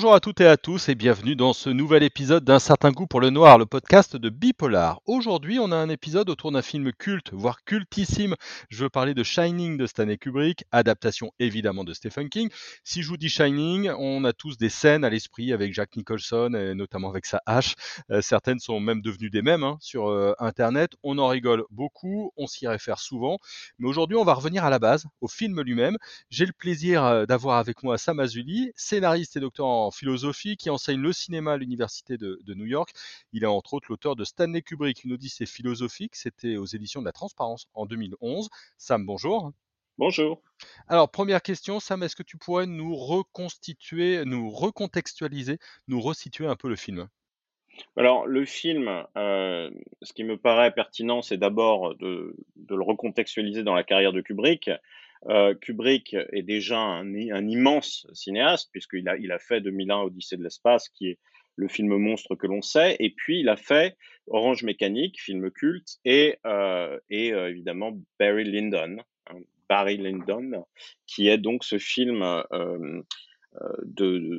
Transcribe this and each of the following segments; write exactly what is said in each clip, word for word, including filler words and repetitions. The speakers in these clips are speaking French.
Bonjour à toutes et à tous et bienvenue dans ce nouvel épisode d'Un certain goût pour le noir, le podcast de Bipolar. Aujourd'hui, on a un épisode autour d'un film culte, voire cultissime. Je veux parler de Shining de Stanley Kubrick, adaptation évidemment de Stephen King. Si je vous dis Shining, on a tous des scènes à l'esprit avec Jack Nicholson, et notamment avec sa hache. Euh, certaines sont même devenues des mèmes hein, sur euh, Internet. On en rigole beaucoup, on s'y réfère souvent. Mais aujourd'hui, on va revenir à la base, au film lui-même. J'ai le plaisir euh, d'avoir avec moi Sam Azuli, scénariste et docteur en philosophie qui enseigne le cinéma à l'université de, de New York. Il est entre autres l'auteur de Stanley Kubrick, une odyssée philosophique. C'était aux éditions de la Transparence en deux mille onze. Sam, bonjour. Bonjour. Alors, première question, Sam, est-ce que tu pourrais nous reconstituer, nous recontextualiser, nous resituer un peu le film? Alors le film, heu, ce qui me paraît pertinent, c'est d'abord de de le recontextualiser dans la carrière de Kubrick. Heu, Kubrick est déjà un i un immense cinéaste puisqu'il a il a fait deux mille un Odyssée de l'espace qui est le film monstre que l'on sait et puis il a fait Orange Mécanique, film culte et heu et heu, évidemment Barry Lyndon, hein, Barry Lyndon, qui est donc ce film, hem, heu, de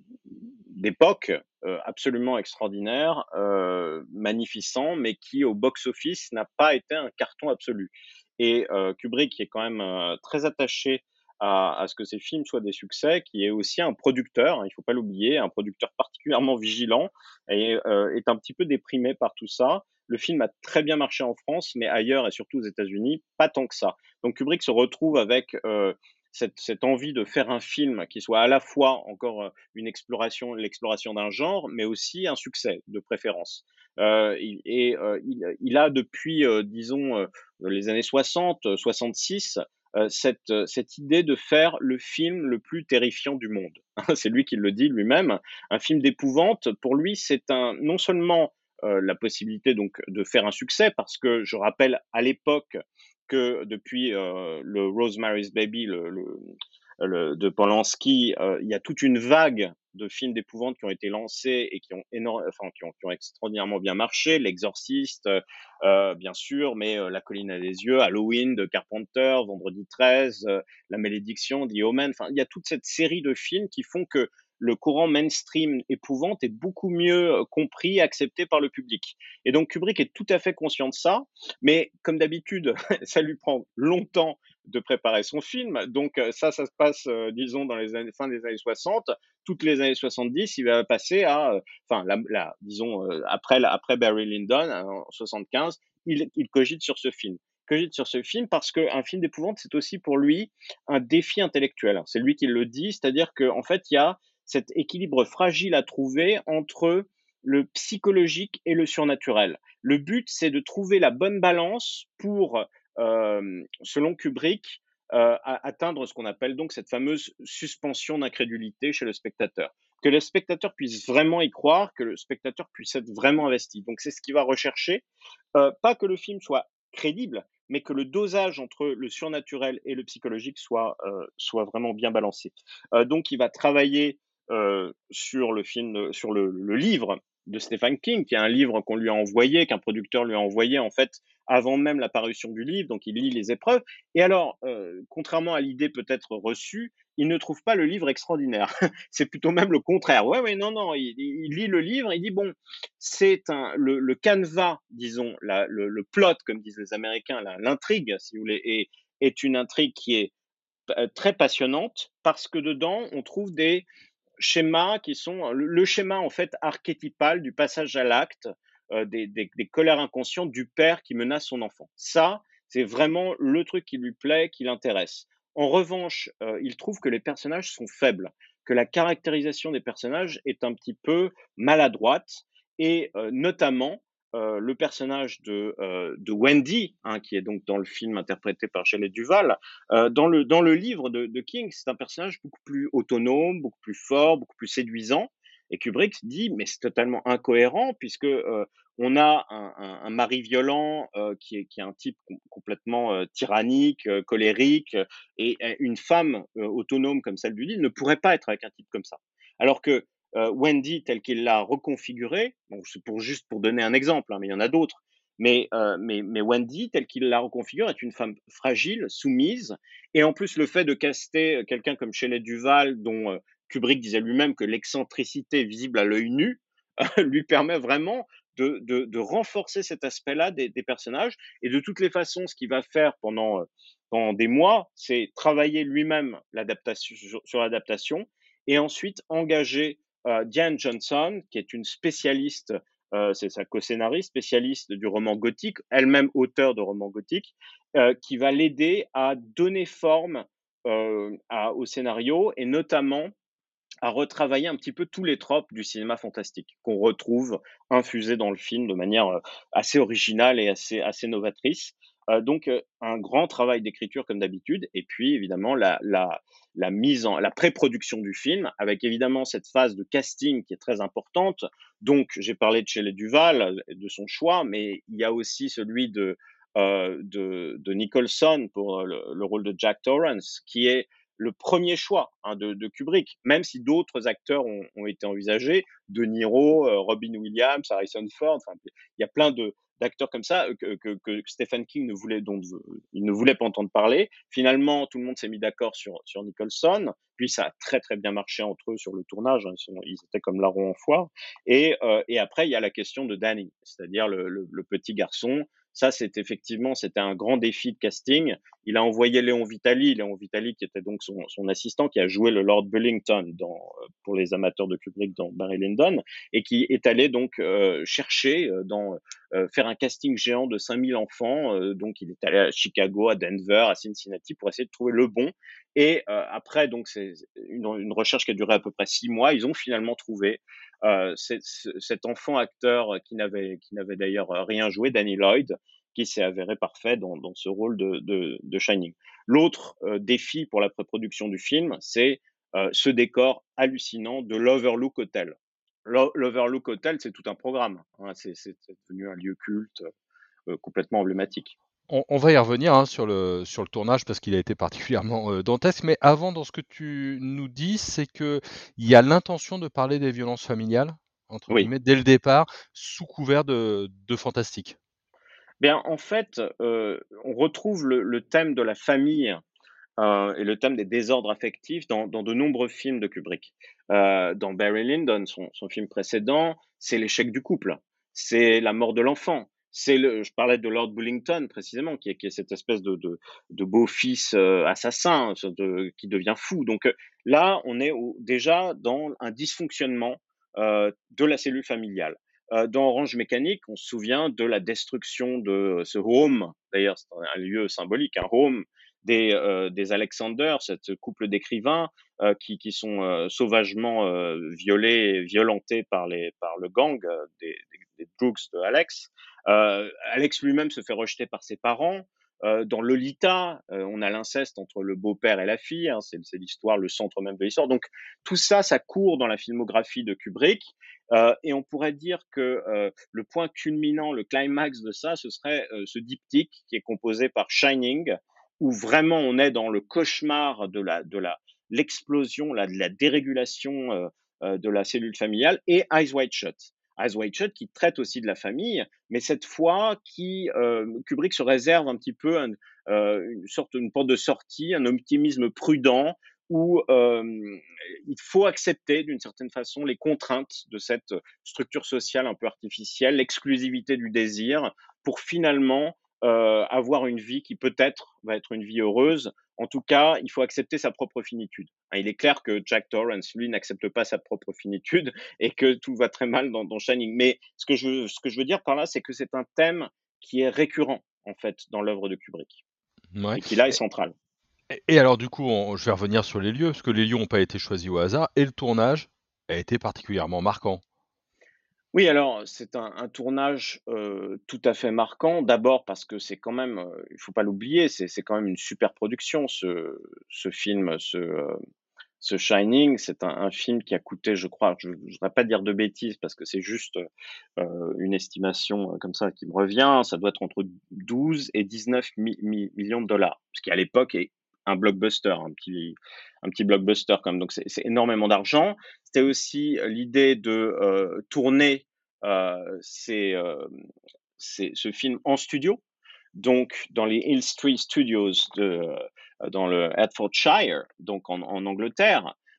d'époque, heu, absolument extraordinaire, heu, magnificent, mais qui au box-office n'a pas été un carton absolu. Et heu, Kubrick qui est quand même, heu, très attaché à à ce que ses films soient des succès, qui est aussi un producteur, hein, il faut pas l'oublier, un producteur particulièrement vigilant et heu, est un petit peu déprimé par tout ça. Le film a très bien marché en France, mais ailleurs et surtout aux États-Unis, pas tant que ça. Donc Kubrick se retrouve avec, heu, cette cette envie de faire un film qui soit à la fois encore, heu, une exploration l'exploration d'un genre, mais aussi un succès de préférence. Heu, il et heu, il il a depuis, heu, disons, heu, les années soixante, heu, soixante-six, heu, cette, heu, cette idée de faire le film le plus terrifiant du monde. C'est lui qui le dit lui-même. Un film d'épouvante, pour lui, c'est un non seulement, heu, la possibilité donc de faire un succès parce que je rappelle à l'époque que depuis, heu, le Rosemary's Baby, le le le de Polanski, heu, il y a toute une vague de films d'épouvante qui ont été lancés et qui ont énor enfin qui ont qui ont extraordinairement bien marché. L'Exorciste, heu heu, bien sûr, mais heu, La colline a des yeux, Halloween de Carpenter, Vendredi treize, heu, La malédiction, The Omen, enfin, il y a toute cette série de films qui font que le courant mainstream épouvante est beaucoup mieux, heu, compris, accepté par le public. Et donc Kubrick est tout à fait conscient de ça, mais comme d'habitude, ça lui prend longtemps de préparer son film. Donc euh, ça, ça se passe, euh, disons, dans les années, fin des années soixante. Toutes les années soixante-dix, il va passer à, euh, enfin, la, la- disons, euh, après, la- après Barry Lyndon, hein, en soixante-quinze, il, il cogite sur ce film. Cogite sur ce film parce qu'un film d'épouvante, c'est aussi pour lui un défi intellectuel. C'est lui qui le dit, c'est-à-dire qu'en en fait, il y a cet équilibre fragile à trouver entre le psychologique et le surnaturel. Le but, c'est de trouver la bonne balance pour, euh, selon Kubrick, euh, atteindre ce qu'on appelle donc cette fameuse suspension d'incrédulité chez le spectateur. Que le spectateur puisse vraiment y croire, que le spectateur puisse être vraiment investi. Donc c'est ce qu'il va rechercher. Euh, pas que le film soit crédible, mais que le dosage entre le surnaturel et le psychologique soit, euh, soit vraiment bien balancé. Euh, donc il va travailler euh, sur le film, sur le, le livre de Stephen King, qui est un livre qu'on lui a envoyé, qu'un producteur lui a envoyé en fait avant même la parution du livre, donc il lit les épreuves. Et alors, euh, contrairement à l'idée peut-être reçue, il ne trouve pas le livre extraordinaire. C'est plutôt même le contraire. Ouais, ouais, non, non, il, il lit le livre, il dit bon, c'est un le, le canevas, disons, la, le, le plot, comme disent les Américains, la- l'intrigue, si vous voulez, est, est une intrigue qui est euh, très passionnante parce que dedans on trouve des schémas qui sont le, le schéma en fait archétypal du passage à l'acte, euh, des, des, des colères inconscientes du père qui menace son enfant. Ça, c'est vraiment le truc qui lui plaît, qui l'intéresse. En revanche, euh, il trouve que les personnages sont faibles, que la caractérisation des personnages est un petit peu maladroite et euh, notamment euh, le personnage de, euh, de Wendy, hein, qui est donc dans le film interprété par Shelley Duvall, euh, dans, le, dans le livre de, de King, c'est un personnage beaucoup plus autonome, beaucoup plus fort, beaucoup plus séduisant. Et Kubrick dit, mais c'est totalement incohérent puisque euh, on a un, un, un mari violent euh, qui, est, qui est un type com- complètement euh, tyrannique, euh, colérique, euh, et euh, une femme euh, autonome comme celle du livre ne pourrait pas être avec un type comme ça. Alors que euh, Wendy, telle qu'il l'a reconfigurée, bon, c'est pour juste pour donner un exemple, hein, mais il y en a d'autres, mais, euh, mais, mais Wendy, telle qu'il la reconfigure, est une femme fragile, soumise. Et en plus, le fait de caster quelqu'un comme Shelley Duval, dont euh, Kubrick disait lui-même que l'excentricité visible à l'œil nu lui permet vraiment de, de, de renforcer cet aspect-là des, des personnages. Et de toutes les façons, ce qu'il va faire pendant, euh, pendant des mois, c'est travailler lui-même l'adaptation, sur, sur l'adaptation et ensuite engager euh, Diane Johnson, qui est une spécialiste, euh, c'est sa co-scénariste, spécialiste du roman gothique, elle-même auteure de romans gothiques, euh, qui va l'aider à donner forme euh, à, au scénario et notamment à retravailler un petit peu tous les tropes du cinéma fantastique qu'on retrouve infusés dans le film de manière euh, assez originale et assez, assez novatrice. Euh, donc euh, un grand travail d'écriture comme d'habitude, et puis évidemment la, la, la mise en la pré-production du film, avec évidemment cette phase de casting qui est très importante. Donc j'ai parlé de Shelley Duvall, de son choix, mais il y a aussi celui de euh, de, de Nicholson pour le, le rôle de Jack Torrance, qui est le premier choix hein, de, de Kubrick, même si d'autres acteurs ont, ont été envisagés, De Niro, euh, Robin Williams, Harrison Ford, enfin, il y a plein de d'acteurs comme ça que, que, que Stephen King ne voulait dont il ne voulait pas entendre parler. Finalement, tout le monde s'est mis d'accord sur sur Nicholson. Puis ça a très très bien marché entre eux sur le tournage. Hein, ils, sont, ils étaient comme larrons en foire. Et euh, et après il y a la question de Danny, c'est-à-dire le, le, le petit garçon. Ça, c'est effectivement, c'était un grand défi de casting. Il a envoyé Léon Vitali, Léon Vitali qui était donc son, son assistant, qui a joué le Lord Bullington dans, pour les amateurs de Kubrick dans Barry Lyndon, et qui est allé donc euh, chercher, euh, dans, euh, faire un casting géant de cinq mille enfants. Euh, donc il est allé à Chicago, à Denver, à Cincinnati pour essayer de trouver le bon. Et euh, après, donc c'est une, une recherche qui a duré à peu près six mois. Ils ont finalement trouvé euh, c'est, c'est, cet enfant acteur qui n'avait, qui n'avait d'ailleurs rien joué, Danny Lloyd, qui s'est avéré parfait dans, dans ce rôle de, de, de Shining. L'autre euh, défi pour la pré-production du film, c'est euh, ce décor hallucinant de l'Overlook Hotel. L'O- L'Overlook Hotel, c'est tout un programme. Hein, c'est, c'est, c'est devenu un lieu culte euh, complètement emblématique. On, on va y revenir hein, sur le, sur le tournage parce qu'il a été particulièrement euh, dantesque. Mais avant, dans ce que tu nous dis, c'est qu'il y a l'intention de parler des violences familiales, entre Oui. guillemets, dès le départ, sous couvert de, de fantastique. Bien, en fait, euh, on retrouve le, le thème de la famille euh, et le thème des désordres affectifs dans, dans de nombreux films de Kubrick. Euh, dans Barry Lyndon, son, son film précédent, c'est l'échec du couple, c'est la mort de l'enfant. C'est le, je parlais de Lord Bullington précisément, qui est, qui est cette espèce de, de, de beau-fils euh, assassin de, qui devient fou. Donc euh, là, on est au, déjà dans un dysfonctionnement euh, de la cellule familiale. Euh, dans Orange Mécanique, on se souvient de la destruction de ce home, d'ailleurs c'est un lieu symbolique, un home des, euh, des Alexander, cette couple d'écrivains euh, qui, qui sont euh, sauvagement euh, violés et violentés par, les, par le gang euh, des, des, des Droogs de Alex. Euh, Alex lui-même se fait rejeter par ses parents. Euh, dans Lolita, euh, on a l'inceste entre le beau-père et la fille, hein, c'est, c'est l'histoire, le centre même de l'histoire. Donc tout ça, ça court dans la filmographie de Kubrick. Euh, et on pourrait dire que euh, le point culminant, le climax de ça, ce serait euh, ce diptyque qui est composé par Shining, où vraiment on est dans le cauchemar de la de la l'explosion, la, de la dérégulation euh, euh, de la cellule familiale, et Eyes Wide Shut. Eyes Wide Shut qui traite aussi de la famille, mais cette fois qui euh, Kubrick se réserve un petit peu un, euh, une sorte une porte de sortie, un optimisme prudent où euh, il faut accepter d'une certaine façon les contraintes de cette structure sociale un peu artificielle, l'exclusivité du désir, pour finalement euh, avoir une vie qui peut-être va être une vie heureuse. En tout cas, il faut accepter sa propre finitude. Il est clair que Jack Torrance, lui, n'accepte pas sa propre finitude et que tout va très mal dans, dans Shining. Mais ce que, je, ce que je veux dire par là, c'est que c'est un thème qui est récurrent, en fait, dans l'œuvre de Kubrick Ouais. et qui, là, est central. Et, et alors, du coup, on- je vais revenir sur les lieux, parce que les lieux n'ont pas été choisis au hasard, et le tournage a été particulièrement marquant. Oui, alors c'est un, un tournage euh, tout à fait marquant. D'abord parce que c'est quand même, euh, il faut pas l'oublier, c'est c'est quand même une super production ce, ce film, ce, euh, ce Shining. C'est un, un film qui a coûté, je crois, je ne voudrais pas dire de bêtises parce que c'est juste euh, une estimation euh, comme ça qui me revient. Ça doit être entre douze et dix-neuf mi- mi- millions de dollars, ce qui à l'époque est un blockbuster, un petit, un petit blockbuster quand même. Donc c'est c'est énormément d'argent. C'était aussi euh, l'idée de euh, tourner euh, ces, euh, ces- ce film en studio, donc dans les Hill Street Studios de, euh, dans le Hertfordshire, donc en, en Angleterre.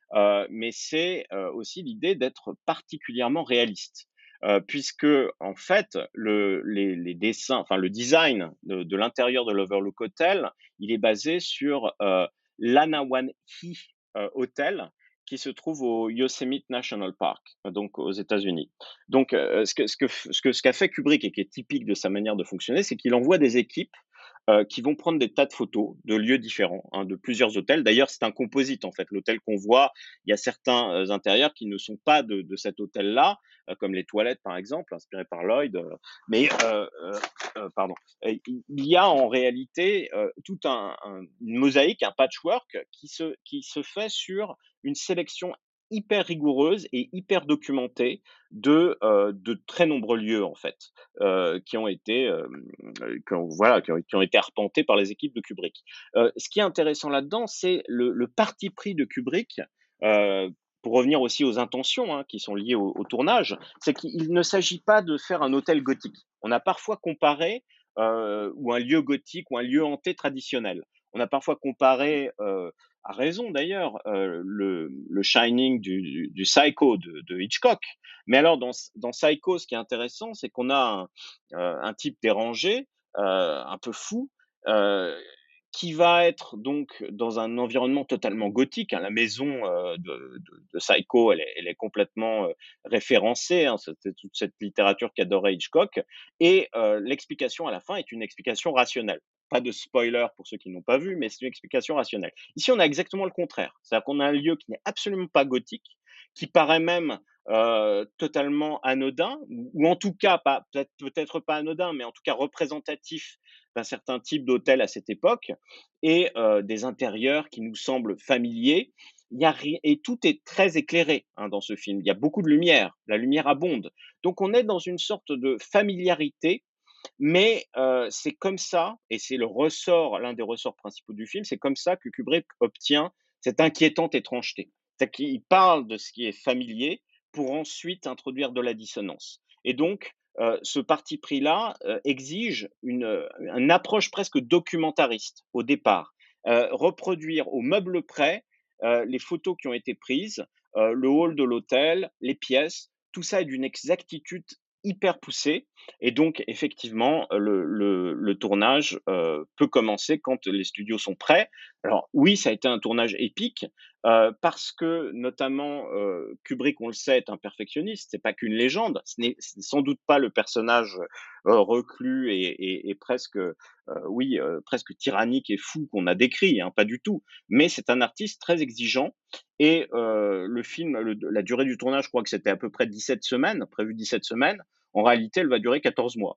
heu, mais c'est, heu, aussi l'idée d'être particulièrement réaliste. Heu, puisque en fait, le les les dessins, enfin le design de de l'intérieur de l'Overlook Hotel, il est basé sur, heu, l'Anawanhi, heu, Hotel qui se trouve au Yosemite National Park, donc aux États-Unis. Donc, heu, ce que ce que f ce que ce qu'a fait Kubrick et qui est typique de sa manière de fonctionner, c'est qu'il envoie des équipes, heu, qui vont prendre des tas de photos de lieux différents, hein, de plusieurs hôtels. D'ailleurs, c'est un composite, en fait. L'hôtel qu'on voit, il y a certains, heu, intérieurs qui ne sont pas de de cet hôtel-là, heu, comme les toilettes, par exemple, inspirées par Lloyd, heu, mais heu heu heu, pardon. Heu, il il y a en réalité, heu, tout un un une mosaïque, un patchwork qui se qui se fait sur une sélection hyper rigoureuse et hyper documentée de, heu, de très nombreux lieux, en fait, heu, qui ont été, hem, heu, qui ont voilà, qui ont qui ont été arpentés par les équipes de Kubrick. Heu, ce qui est intéressant là-dedans, c'est le le parti pris de Kubrick, heu, pour revenir aussi aux intentions, hein, qui sont liées au au tournage, c'est qu'il ne s'agit pas de faire un hôtel gothique. On a parfois comparé, heu, ou un lieu gothique ou un lieu hanté traditionnel. On a parfois comparé, heu, à raison d'ailleurs, heu, le le Shining du du du Psycho de de Hitchcock. Mais alors dans dans Psycho, ce qui est intéressant, c'est qu'on a un, heu, un type dérangé, heu, un peu fou, heu, qui va être donc dans un environnement totalement gothique, hein. La maison, heu, de de de Psycho, elle est elle est complètement, heu, référencée, hein. C'était toute cette littérature qu'adorait Hitchcock et heu, l'explication à la fin est une explication rationnelle. Pas de spoiler pour ceux qui n'ont pas vu, mais c'est une explication rationnelle. Ici, on a exactement le contraire. C'est-à-dire qu'on a un lieu qui n'est absolument pas gothique, qui paraît même, heu, totalement anodin ou ou en tout cas pas peut-être peut-être pas anodin, mais en tout cas représentatif d'un certain type d'hôtel à cette époque et heu, des intérieurs qui nous semblent familiers. Il y a ri et tout est très éclairé, hein, dans ce film. Il y a beaucoup de lumière, la lumière abonde. Donc on est dans une sorte de familiarité, mais heu, c'est comme ça et c'est le ressort l'un des ressorts principaux du film, c'est comme ça que Kubrick obtient cette inquiétante étrangeté. C'est-à-dire qu'il parle de ce qui est familier pour ensuite introduire de la dissonance et donc heu, ce parti pris-là, heu, exige une, heu, une approche presque documentariste au départ. Heu, reproduire au meuble près, heu, les photos qui ont été prises, heu, le hall de l'hôtel, les pièces, tout ça est d'une exactitude hyper poussée et donc effectivement, le le le tournage, heu, peut commencer quand les studios sont prêts. Alors oui, ça a été un tournage épique, heu, parce que notamment, heu, Kubrick, on le sait, est un perfectionniste, c'est pas qu'une légende. Ce n'est c'est sans doute pas le personnage, heu, reclus et et et presque, heu, oui, heu, presque tyrannique et fou qu'on a décrit, hein, pas du tout. Mais c'est un artiste très exigeant et heu, le film, le la durée du tournage, je crois que c'était à peu près dix-sept semaines, prévu dix-sept semaines. En réalité, elle va durer quatorze mois.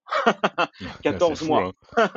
C'est quatorze fou, mois. hein.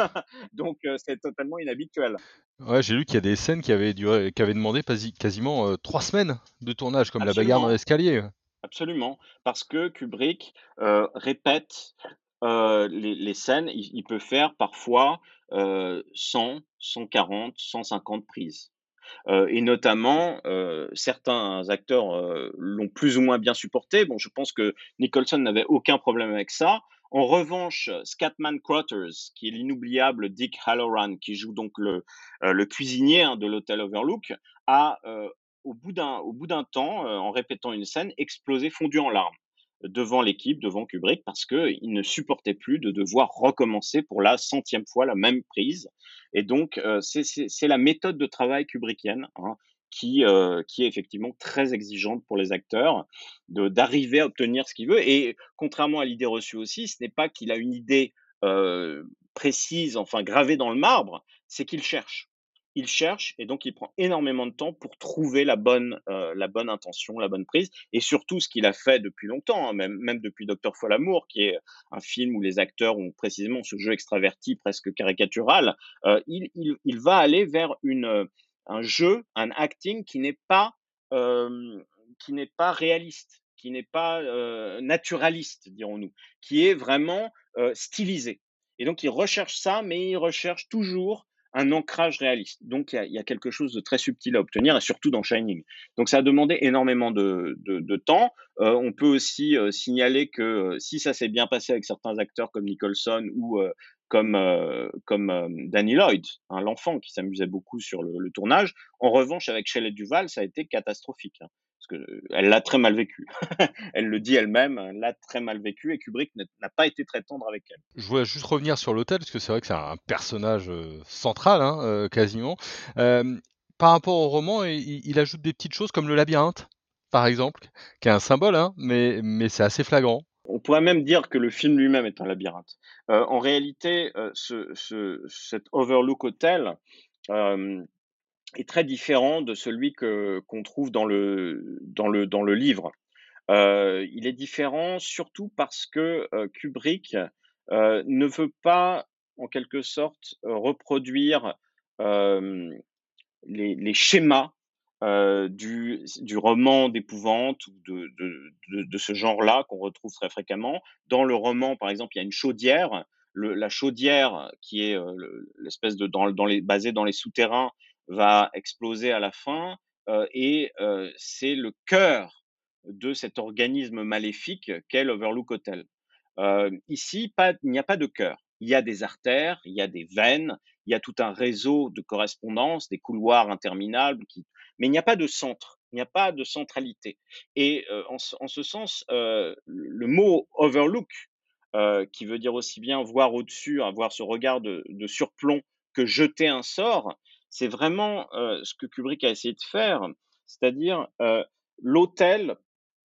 Donc, heu, c'est totalement inhabituel. Ouais, j'ai lu qu'il y a des scènes qui avaient duré qui avaient demandé quasi quasiment, heu, trois semaines de tournage, comme la bagarre dans Absolument, l'escalier. absolument. Parce que Kubrick, heu, répète, heu, les les scènes. Il il peut faire parfois, heu, cent, cent quarante, cent cinquante prises. Heu et notamment, heu, certains acteurs, heu, l'ont plus ou moins bien supporté. Bon, je pense que Nicholson n'avait aucun problème avec ça. En revanche, Scatman Crothers, qui est l'inoubliable Dick Hallorann, qui joue donc le, heu, le cuisinier, hein, de l'hôtel Overlook, a, heu, au bout d'un au bout d'un temps, heu, en répétant une scène, explosé, fondu en larmes devant l'équipe, devant Kubrick, parce qu'il ne supportait plus de devoir recommencer pour la centième fois la même prise et donc, heu, c'est c'est c'est la méthode de travail kubrickienne, hein, qui, heu, qui est effectivement très exigeante pour les acteurs, de d'arriver à obtenir ce qu'il veut et contrairement à l'idée reçue aussi, ce n'est pas qu'il a une idée, heu, précise, enfin gravée dans le marbre, c'est qu'il cherche. Il cherche et donc il prend énormément de temps pour trouver la bonne, heu, la bonne intention, la bonne prise et surtout ce qu'il a fait depuis longtemps, hein, même même depuis Docteur Folamour qui est un film où les acteurs ont précisément ce jeu extraverti presque caricatural, heu, il il il va aller vers une, heu, un jeu, un acting qui n'est pas, hem, qui n'est pas réaliste, qui n'est pas, heu, naturaliste, dirons-nous, qui est vraiment, heu, stylisé et donc il recherche ça, mais il recherche toujours un ancrage réaliste. Donc il y a, il y a quelque chose de très subtil à obtenir, et surtout dans Shining. Donc ça a demandé énormément de, de, de temps. Euh, on peut aussi euh, signaler que euh, si ça s'est bien passé avec certains acteurs comme Nicholson ou euh, comme, euh, comme euh, Danny Lloyd, hein, l'enfant qui s'amusait beaucoup sur le, le tournage, en revanche, avec Shelley Duvall, ça a été catastrophique, hein, parce que euh, elle l'a très mal vécu. Elle le dit elle-même, elle l'a très mal vécu, et Kubrick n'a n'a pas été très tendre avec elle. Je voulais juste revenir sur l'hôtel, parce que c'est vrai que c'est un personnage, heu, central, hein, heu, quasiment. Hem, Par rapport au roman, i i il ajoute des petites choses comme le labyrinthe, par exemple, qui est un symbole, hein, mais mais c'est assez flagrant. On pourrait même dire que le film lui-même est un labyrinthe. Euh, en réalité, euh, ce, ce, cet Overlook Hotel euh, est très différent de celui que qu'on trouve dans le dans le dans le livre. Euh, il est différent surtout parce que euh, Kubrick euh, ne veut pas, en quelque sorte, euh, reproduire euh, les, les schémas euh, du, du roman d'épouvante ou de, de, de, de ce genre-là qu'on retrouve très fréquemment. Dans le roman, par exemple, il y a une chaudière. Le, la chaudière, qui est euh, le- l'espèce de dans, dans les basée dans les souterrains, va exploser à la fin, euh, et euh, c'est le cœur de cet organisme maléfique qu'est l'Overlook Hotel. Euh, ici, pas, il n'y a pas de cœur. Il y a des artères, il y a des veines, il y a tout un réseau de correspondance, des couloirs interminables, qui... mais il n'y a pas de centre, il n'y a pas de centralité. Et euh, en, ce- en ce sens, euh, le mot overlook, euh, qui veut dire aussi bien voir au-dessus, avoir ce regard de, de surplomb, que jeter un sort, c'est vraiment euh, ce que Kubrick a essayé de faire, c'est-à-dire euh, l'hôtel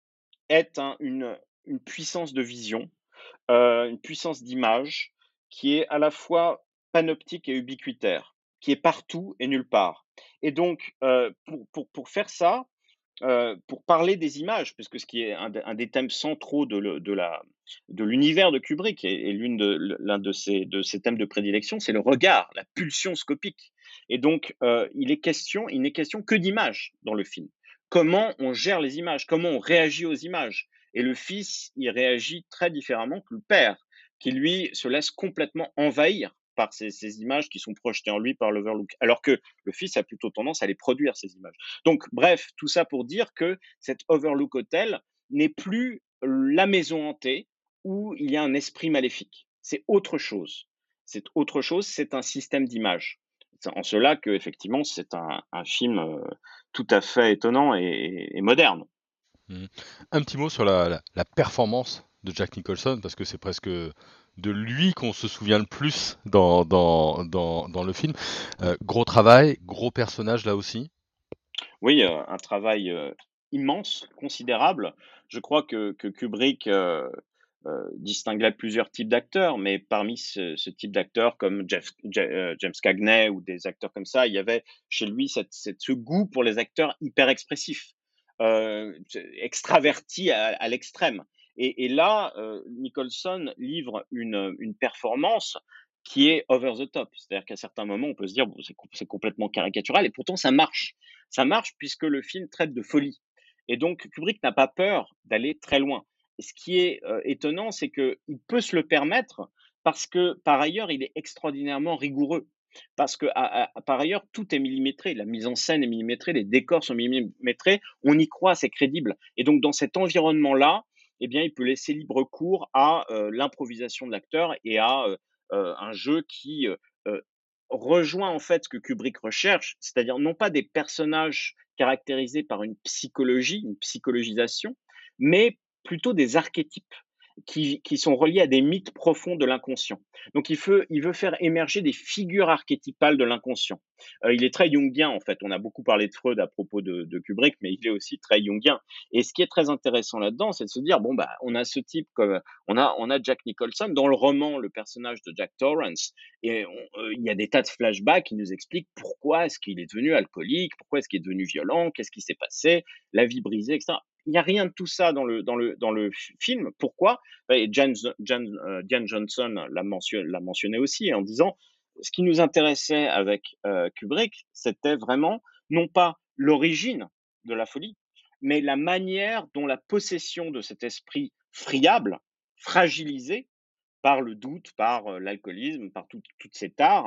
est un- une, une puissance de vision, euh, une puissance d'image qui est à la fois panoptique et ubiquitaire, qui est partout et nulle part. Et donc, euh, pour, pour, pour faire ça, euh, pour parler des images, puisque ce qui est un, un des thèmes centraux de, le- de la, de l'univers de Kubrick et, et l'une de, l'un de ses, de ses thèmes de prédilection, c'est le regard, la pulsion scopique. Et donc, euh, il est question, il n'est question que d'images dans le film. Comment on gère les images, comment on réagit aux images. Et le fils, il réagit très différemment que le père, qui lui se laisse complètement envahir par ces, ces images qui sont projetées en lui par l'Overlook, alors que le fils a plutôt tendance à les produire, ces images. Donc, bref, tout ça pour dire que cet Overlook Hotel n'est plus la maison hantée où il y a un esprit maléfique. C'est autre chose. C'est autre chose, c'est un système d'images. C'est en cela que, effectivement, c'est un, un film euh, tout à fait étonnant et, et moderne. Mmh. Un petit mot sur la la la performance de Jack Nicholson, parce que c'est presque de lui qu'on se souvient le plus dans dans dans dans le film. Heu, gros travail, gros personnage là aussi. Oui, heu, un travail, heu, immense, considérable. Je crois que que Kubrick, heu heu, distinguait plusieurs types d'acteurs, mais parmi ce ce type d'acteurs comme Jeff Ja heu, James Cagney ou des acteurs comme ça, il y avait chez lui cette cette ce goût pour les acteurs hyper expressifs, heu, extravertis à à l'extrême. Et et là, heu, Nicholson livre une, une performance qui est over the top. C'est-à-dire qu'à certains moments, on peut se dire: «Bon, c'est com c'est complètement caricatural», et pourtant ça marche. Ça marche puisque le film traite de folie. Et donc Kubrick n'a pas peur d'aller très loin. Et ce qui est euh, étonnant, c'est qu'il peut se le permettre parce que par ailleurs, il est extraordinairement rigoureux. Parce que à- à- par ailleurs, tout est millimétré, la mise en scène est millimétrée, les décors sont millimétrés, on y croit, c'est crédible. Et donc dans cet environnement-là, eh bien, il peut laisser libre cours à euh, l'improvisation de l'acteur et à euh, euh, un jeu qui euh, euh, rejoint en fait ce que Kubrick recherche, c'est-à-dire non pas des personnages caractérisés par une psychologie, une psychologisation, mais plutôt des archétypes qui, qui sont reliés à des mythes profonds de l'inconscient. Donc il veut, il veut faire émerger des figures archétypales de l'inconscient. Euh, il est très jungien en fait. On a beaucoup parlé de Freud à propos de, de Kubrick, mais il est aussi très jungien. Et ce qui est très intéressant là-dedans, c'est de se dire bon bah on a ce type comme on a on a Jack Nicholson dans le roman, le personnage de Jack Torrance, et on- euh, il y a des tas de flashbacks qui nous expliquent pourquoi est-ce qu'il est devenu alcoolique, pourquoi est-ce qu'il est devenu violent, qu'est-ce qui s'est passé, la vie brisée, et cetera. Il n'y a rien de tout ça dans le, dans le, dans le film. Pourquoi? Et Jan, Jan, euh, Diane Johnson l'a mentionné, l'a mentionné aussi en disant ce qui nous intéressait avec euh, Kubrick, c'était vraiment non pas l'origine de la folie, mais la manière dont la possession de cet esprit friable, fragilisé, par le doute, par euh, l'alcoolisme, par tout, toutes ces tares,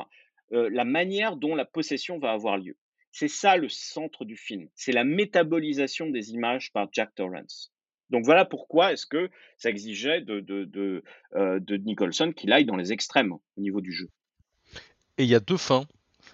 heu, la manière dont la possession va avoir lieu. C'est ça le centre du film, c'est la métabolisation des images par Jack Torrance. Donc voilà pourquoi est-ce que ça exigeait de de de, heu, de Nicholson qu'il aille dans les extrêmes au niveau du jeu. Et il y a deux fins,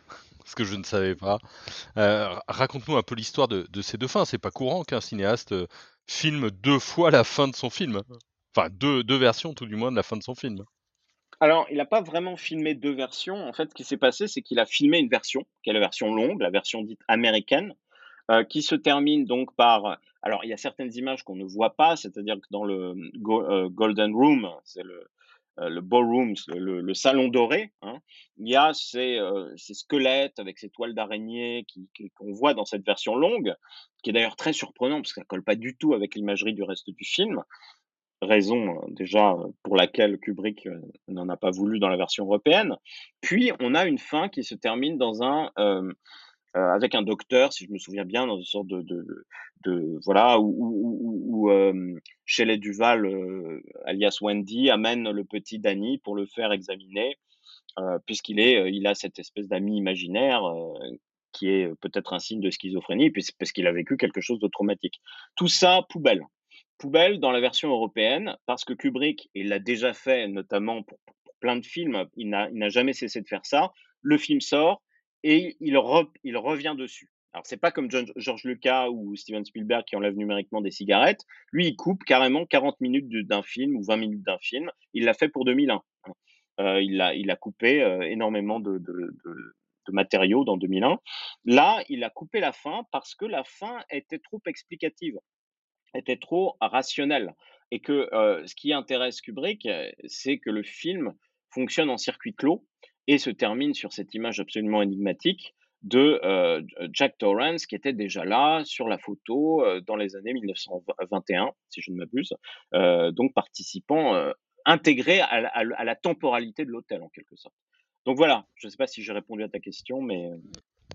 ce que je ne savais pas. Heu, raconte-nous un peu l'histoire de de ces deux fins. C'est pas courant qu'un cinéaste, heu, filme deux fois la fin de son film. Enfin deux deux versions tout du moins de la fin de son film. Alors, il n'a pas vraiment filmé deux versions. En fait, ce qui s'est passé, c'est qu'il a filmé une version, qui est la version longue, la version dite américaine, heu, qui se termine donc par alors il y a certaines images qu'on ne voit pas, c'est-à-dire que dans le, mmh, go heu, Golden Room, c'est le, heu, le ballroom, le le le salon doré, hein, il y a ces, heu, ces squelettes avec ces toiles d'araignée qui qui qu'on voit dans cette version longue, qui est d'ailleurs très surprenant parce que ça colle pas du tout avec l'imagerie du reste du film. Raison, heu, déjà, heu, pour laquelle Kubrick, heu, n'en a pas voulu dans la version européenne. Puis on a une fin qui se termine dans un, hem, heu, avec un docteur, si je me souviens bien, dans une sorte de de de voilà, où où où où où, hem, Shelley Duvall, heu, alias Wendy, amène le petit Danny pour le faire examiner, heu, puisqu'il est, heu, il a cette espèce d'ami imaginaire, heu, qui est, peut-être un signe de schizophrénie, puis parce qu'il a vécu quelque chose de traumatique. Tout ça, poubelle. Poubelle dans la version européenne, parce que Kubrick, il l'a déjà fait, notamment pour pour pour plein de films, il n'a il n'a jamais cessé de faire ça. Le film sort et il re il revient dessus. Alors c'est pas comme John George Lucas ou Steven Spielberg qui enlèvent numériquement des cigarettes. Lui, il coupe carrément quarante minutes de d'un film ou vingt minutes d'un film. Il l'a fait pour deux mille un, hein. Heu, il a il a coupé, heu, énormément de de de de matériaux dans deux mille un. Là, il a coupé la fin parce que la fin était trop explicative, était trop rationnelle et que, heu, ce qui intéresse Kubrick, heu, c'est que le film fonctionne en circuit clos et se termine sur cette image absolument énigmatique de, heu, Jack Torrance qui était déjà là sur la photo, heu, dans les années mille neuf cent vingt et un, si je ne m'abuse, heu, donc participant, heu, intégré à la à la à la temporalité de l'hôtel en quelque sorte. Donc voilà, je ne sais pas si j'ai répondu à ta question, mais, heu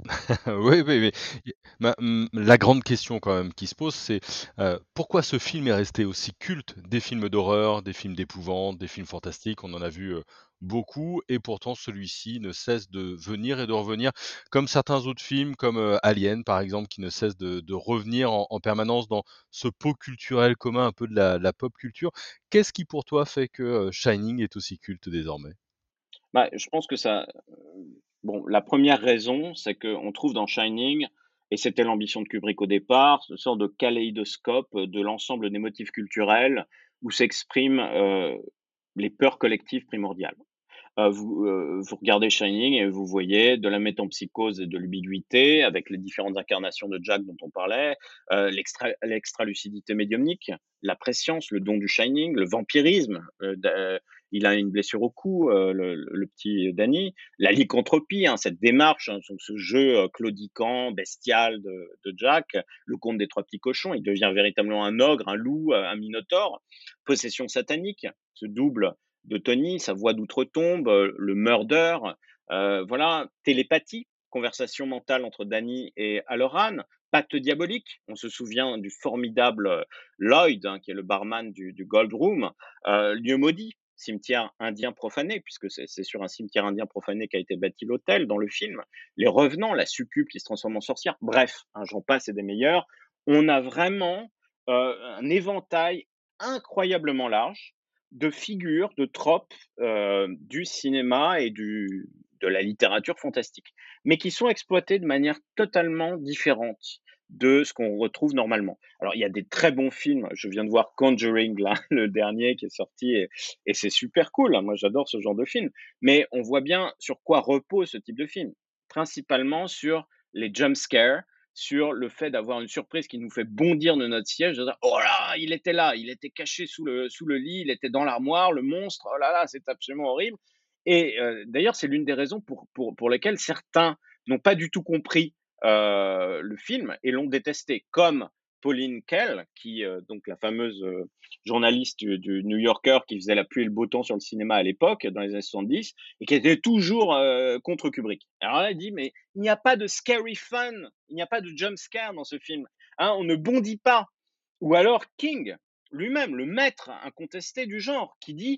Oui, oui, mais y ma mmh, la grande question quand même qui se pose, c'est, heu, pourquoi ce film est resté aussi culte? Des films d'horreur, des films d'épouvante, des films fantastiques, on en a vu, heu, beaucoup et pourtant celui-ci ne cesse de venir et de revenir, comme certains autres films comme, heu, Alien par exemple, qui ne cesse de de revenir en en permanence dans ce pot culturel commun un peu de la la pop culture. Qu'est-ce qui pour toi fait que, heu, Shining est aussi culte désormais? Bah, je pense que ça, heu, bon, la première raison, c'est qu'on trouve dans Shining, et c'était l'ambition de Kubrick au départ, une sorte de kaléidoscope de l'ensemble des motifs culturels où s'expriment, heu, les peurs collectives primordiales. Heu, vous, heu, vous regardez Shining et vous voyez de la métempsycose et de l'ambiguïté avec les différentes incarnations de Jack dont on parlait, heu, l'extra l'extralucidité médiumnique, la prescience, le don du Shining, le vampirisme, heu, d heu, il a une blessure au cou, heu, le le le petit Danny, la lycanthropie, hein, cette démarche, hein, donc ce jeu, heu, claudiquant, bestial de de Jack, le conte des trois petits cochons, il devient véritablement un ogre, un loup, heu, un minotaure, possession satanique, ce double de Tony, sa voix d'outre-tombe, heu, le murder, heu, voilà, télépathie, conversation mentale entre Danny et Halloran, pacte diabolique. On se souvient du formidable, heu, Lloyd, hein, qui est le barman du du Gold Room, heu, lieu maudit, cimetière indien profané, puisque c'est c'est sur un cimetière indien profané qu'a été bâti l'hôtel dans le film. Les revenants, la succube qui se transforme en sorcière, bref, hein, j'en passe et des meilleurs. On a vraiment, heu, un éventail incroyablement large de figures, de tropes, heu, du cinéma et du de la littérature fantastique, mais qui sont exploitées de manière totalement différente de ce qu'on retrouve normalement. Alors il y a des très bons films, je viens de voir Conjuring là, le dernier qui est sorti et et c'est super cool, hein, moi j'adore ce genre de film, mais on voit bien sur quoi repose ce type de film. Principalement sur les jump scares, sur le fait d'avoir une surprise qui nous fait bondir de notre siège, de dire: «Oh là, il était là, il était caché sous le sous le lit, il était dans l'armoire, le monstre, oh là là, c'est absolument horrible» et heu, d'ailleurs, c'est l'une des raisons pour pour pour lesquelles certains n'ont pas du tout compris, heu, le film et l'ont détesté. Comme Pauline Kael qui, heu, donc la fameuse, heu, journaliste du du New Yorker qui faisait la pluie et le beau temps sur le cinéma à l'époque, dans les années soixante-dix et qui était toujours, heu, contre Kubrick. Alors là, elle dit: «Mais il n'y a pas de scary fun, il n'y a pas de jump scare dans ce film, hein, on ne bondit pas». Ou alors King, lui-même, le maître incontesté du genre, qui dit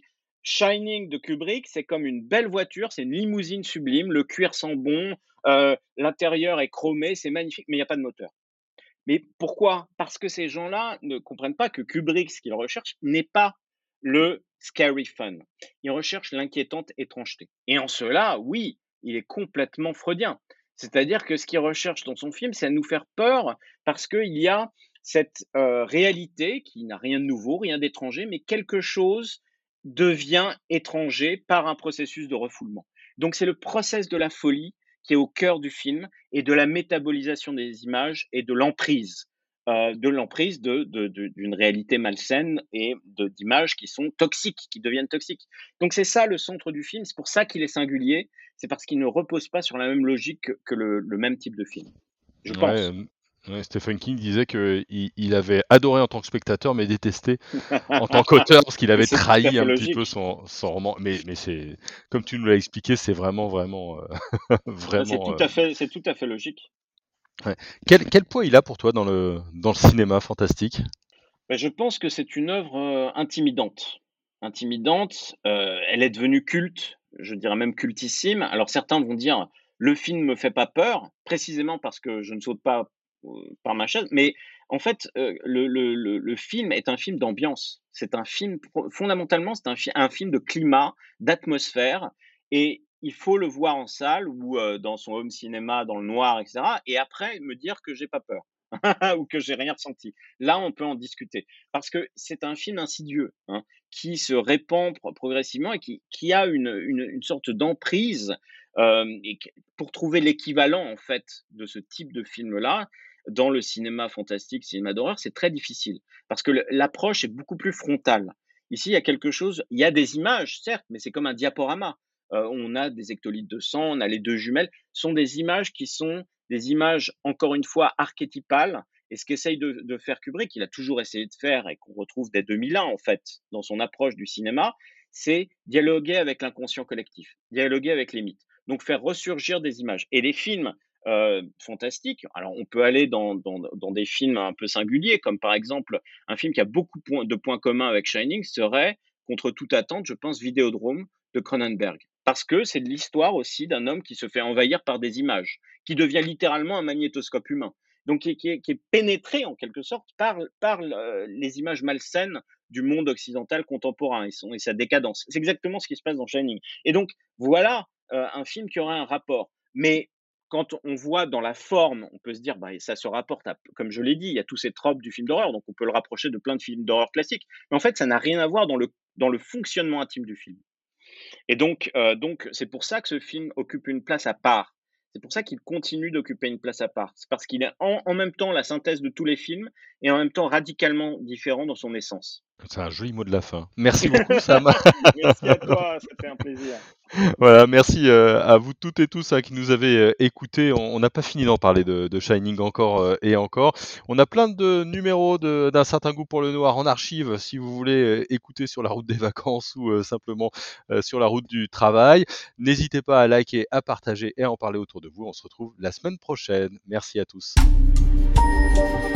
Shining de Kubrick, c'est comme une belle voiture, c'est une limousine sublime, le cuir sent bon, heu, l'intérieur est chromé, c'est magnifique, mais il y a pas de moteur. Mais pourquoi? Parce que ces gens-là ne comprennent pas que Kubrick, ce qu'il recherche n'est pas le scary fun. Il recherche l'inquiétante étrangeté. Et en cela, oui, il est complètement freudien. C'est-à-dire que ce qu'il recherche dans son film, c'est à nous faire peur parce qu'il y a cette euh, réalité qui n'a rien de nouveau, rien d'étranger, mais quelque chose devient étranger par un processus de refoulement. Donc c'est le process de la folie qui est au cœur du film et de la métabolisation des images et de l'emprise, euh, de l'emprise de, de, de, d'une réalité malsaine et de, d'images qui sont toxiques, qui deviennent toxiques. Donc c'est ça le centre du film, c'est pour ça qu'il est singulier, c'est parce qu'il ne repose pas sur la même logique que, que le, le même type de film, je Ouais, pense. hem, ouais, Stephen King disait qu'il il avait adoré en tant que spectateur, mais détesté en tant qu'auteur parce qu'il Mais avait c'est tout à trahi fait un petit peu logique. son son roman. Mais mais c'est comme tu nous l'as expliqué, c'est vraiment, vraiment, heu, Ah, c'est vraiment, tout heu, à fait, c'est tout à fait logique. ouais. Quel quel poids il a pour toi dans le dans le cinéma fantastique? Bah, je pense que c'est une œuvre, heu, intimidante. Intimidante, heu, elle est devenue culte, je dirais même cultissime. Alors certains vont dire: «Le film me fait pas peur», précisément parce que je ne saute pas, heu, par ma chaise, mais en fait, heu, le le le le film est un film d'ambiance. C'est un film pro fondamentalement, c'est un fi un film de climat, d'atmosphère et il faut le voir en salle ou, heu, dans son home cinéma dans le noir et cetera et après me dire que j'ai pas peur ou que j'ai rien ressenti. Là, on peut en discuter parce que c'est un film insidieux, hein, qui se répand pro progressivement et qui qui a une une une sorte d'emprise, hem et que pour trouver l'équivalent, en fait, de ce type de film-là, dans le cinéma fantastique, cinéma d'horreur, c'est très difficile parce que le l'approche est beaucoup plus frontale. Ici, il y a quelque chose il y a des images, certes, mais c'est comme un diaporama. Heu, on a des hectolitres de sang, on a les deux jumelles, ce sont des images qui sont des images, encore une fois, archétypales et ce qu'essaye de, de faire Kubrick, il a toujours essayé de faire et qu'on retrouve dès deux mille un en fait dans son approche du cinéma, c'est dialoguer avec l'inconscient collectif, dialoguer avec les mythes. Donc faire ressurgir des images. Et les films euh, fantastiques, alors on peut aller dans, dans, dans, des films un peu singuliers, comme par exemple un film qui a beaucoup de points communs avec Shining serait, contre toute attente, je pense, Vidéodrome de Cronenberg. Parce que c'est de l'histoire aussi d'un homme qui se fait envahir par des images, qui devient littéralement un magnétoscope humain donc qui est, qui est, qui est pénétré en quelque sorte par, par le, les images malsaines du monde occidental contemporain et, son, et sa décadence. C'est exactement ce qui se passe dans Shining. Et donc, voilà euh, un film qui aurait un rapport. Mais quand on voit dans la forme, on peut se dire, bah, ça se rapporte à, comme je l'ai dit, il y a tous ces tropes du film d'horreur, donc on peut le rapprocher de plein de films d'horreur classiques. Mais en fait, ça n'a rien à voir dans le, dans le fonctionnement intime du film. Et donc, euh, donc, c'est pour ça que ce film occupe une place à part. C'est pour ça qu'il continue d'occuper une place à part. C'est parce qu'il est en, en même temps la synthèse de tous les films et en même temps radicalement différent dans son essence. C'est un joli mot de la fin. Merci beaucoup Sam. Merci à toi, c'était un plaisir. Voilà, merci, heu, à vous toutes et tous, hein, qui nous avez, heu, écoutés. On on n'a pas fini d'en parler de de Shining encore, heu, et encore. On a plein de numéros de d'un certain goût pour le noir en archive, si vous voulez, heu, écouter sur la route des vacances ou, heu, simplement, heu, sur la route du travail. N'hésitez pas à liker, à partager et à en parler autour de vous. On se retrouve la semaine prochaine. Merci à tous.